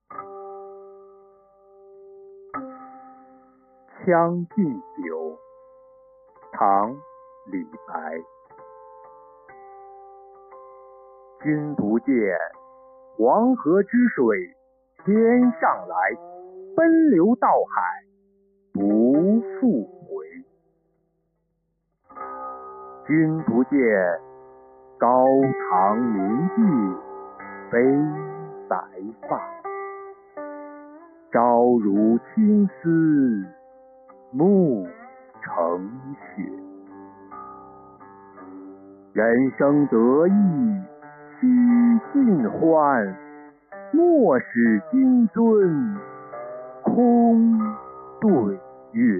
《将进酒》唐·李白。君不见，黄河之水天上来，奔流到海不复回。君不见，高堂明镜悲白发，朝如青丝暮成雪。人生得意须尽欢，莫使金樽空对月。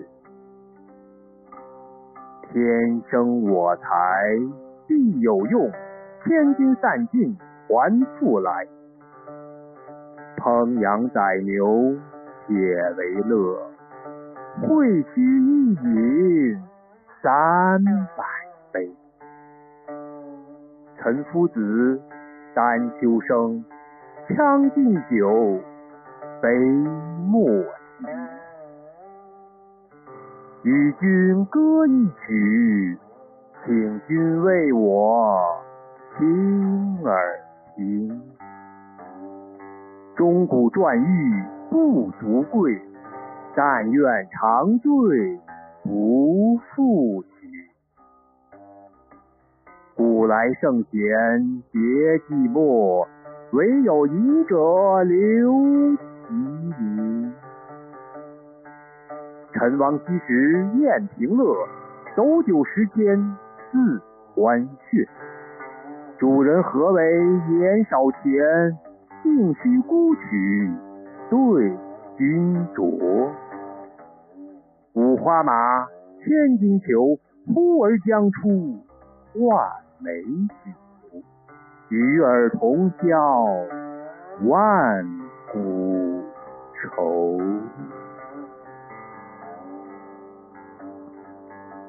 天生我材必有用，千金散尽还复来。烹羊宰牛且为乐，会须一饮300杯。岑夫子，丹丘生，将进酒，杯莫停。与君歌一曲，请君为我倾耳听。钟鼓馔玉不足贵，但愿长醉不复醒。古来圣贤皆寂寞，惟有饮者留其名。陈王昔时宴平乐，斗酒十千恣欢谑。主人何为言少钱，径须沽取对君酌。五花马，千金裘，呼儿将出换美酒。与尔同销万古愁。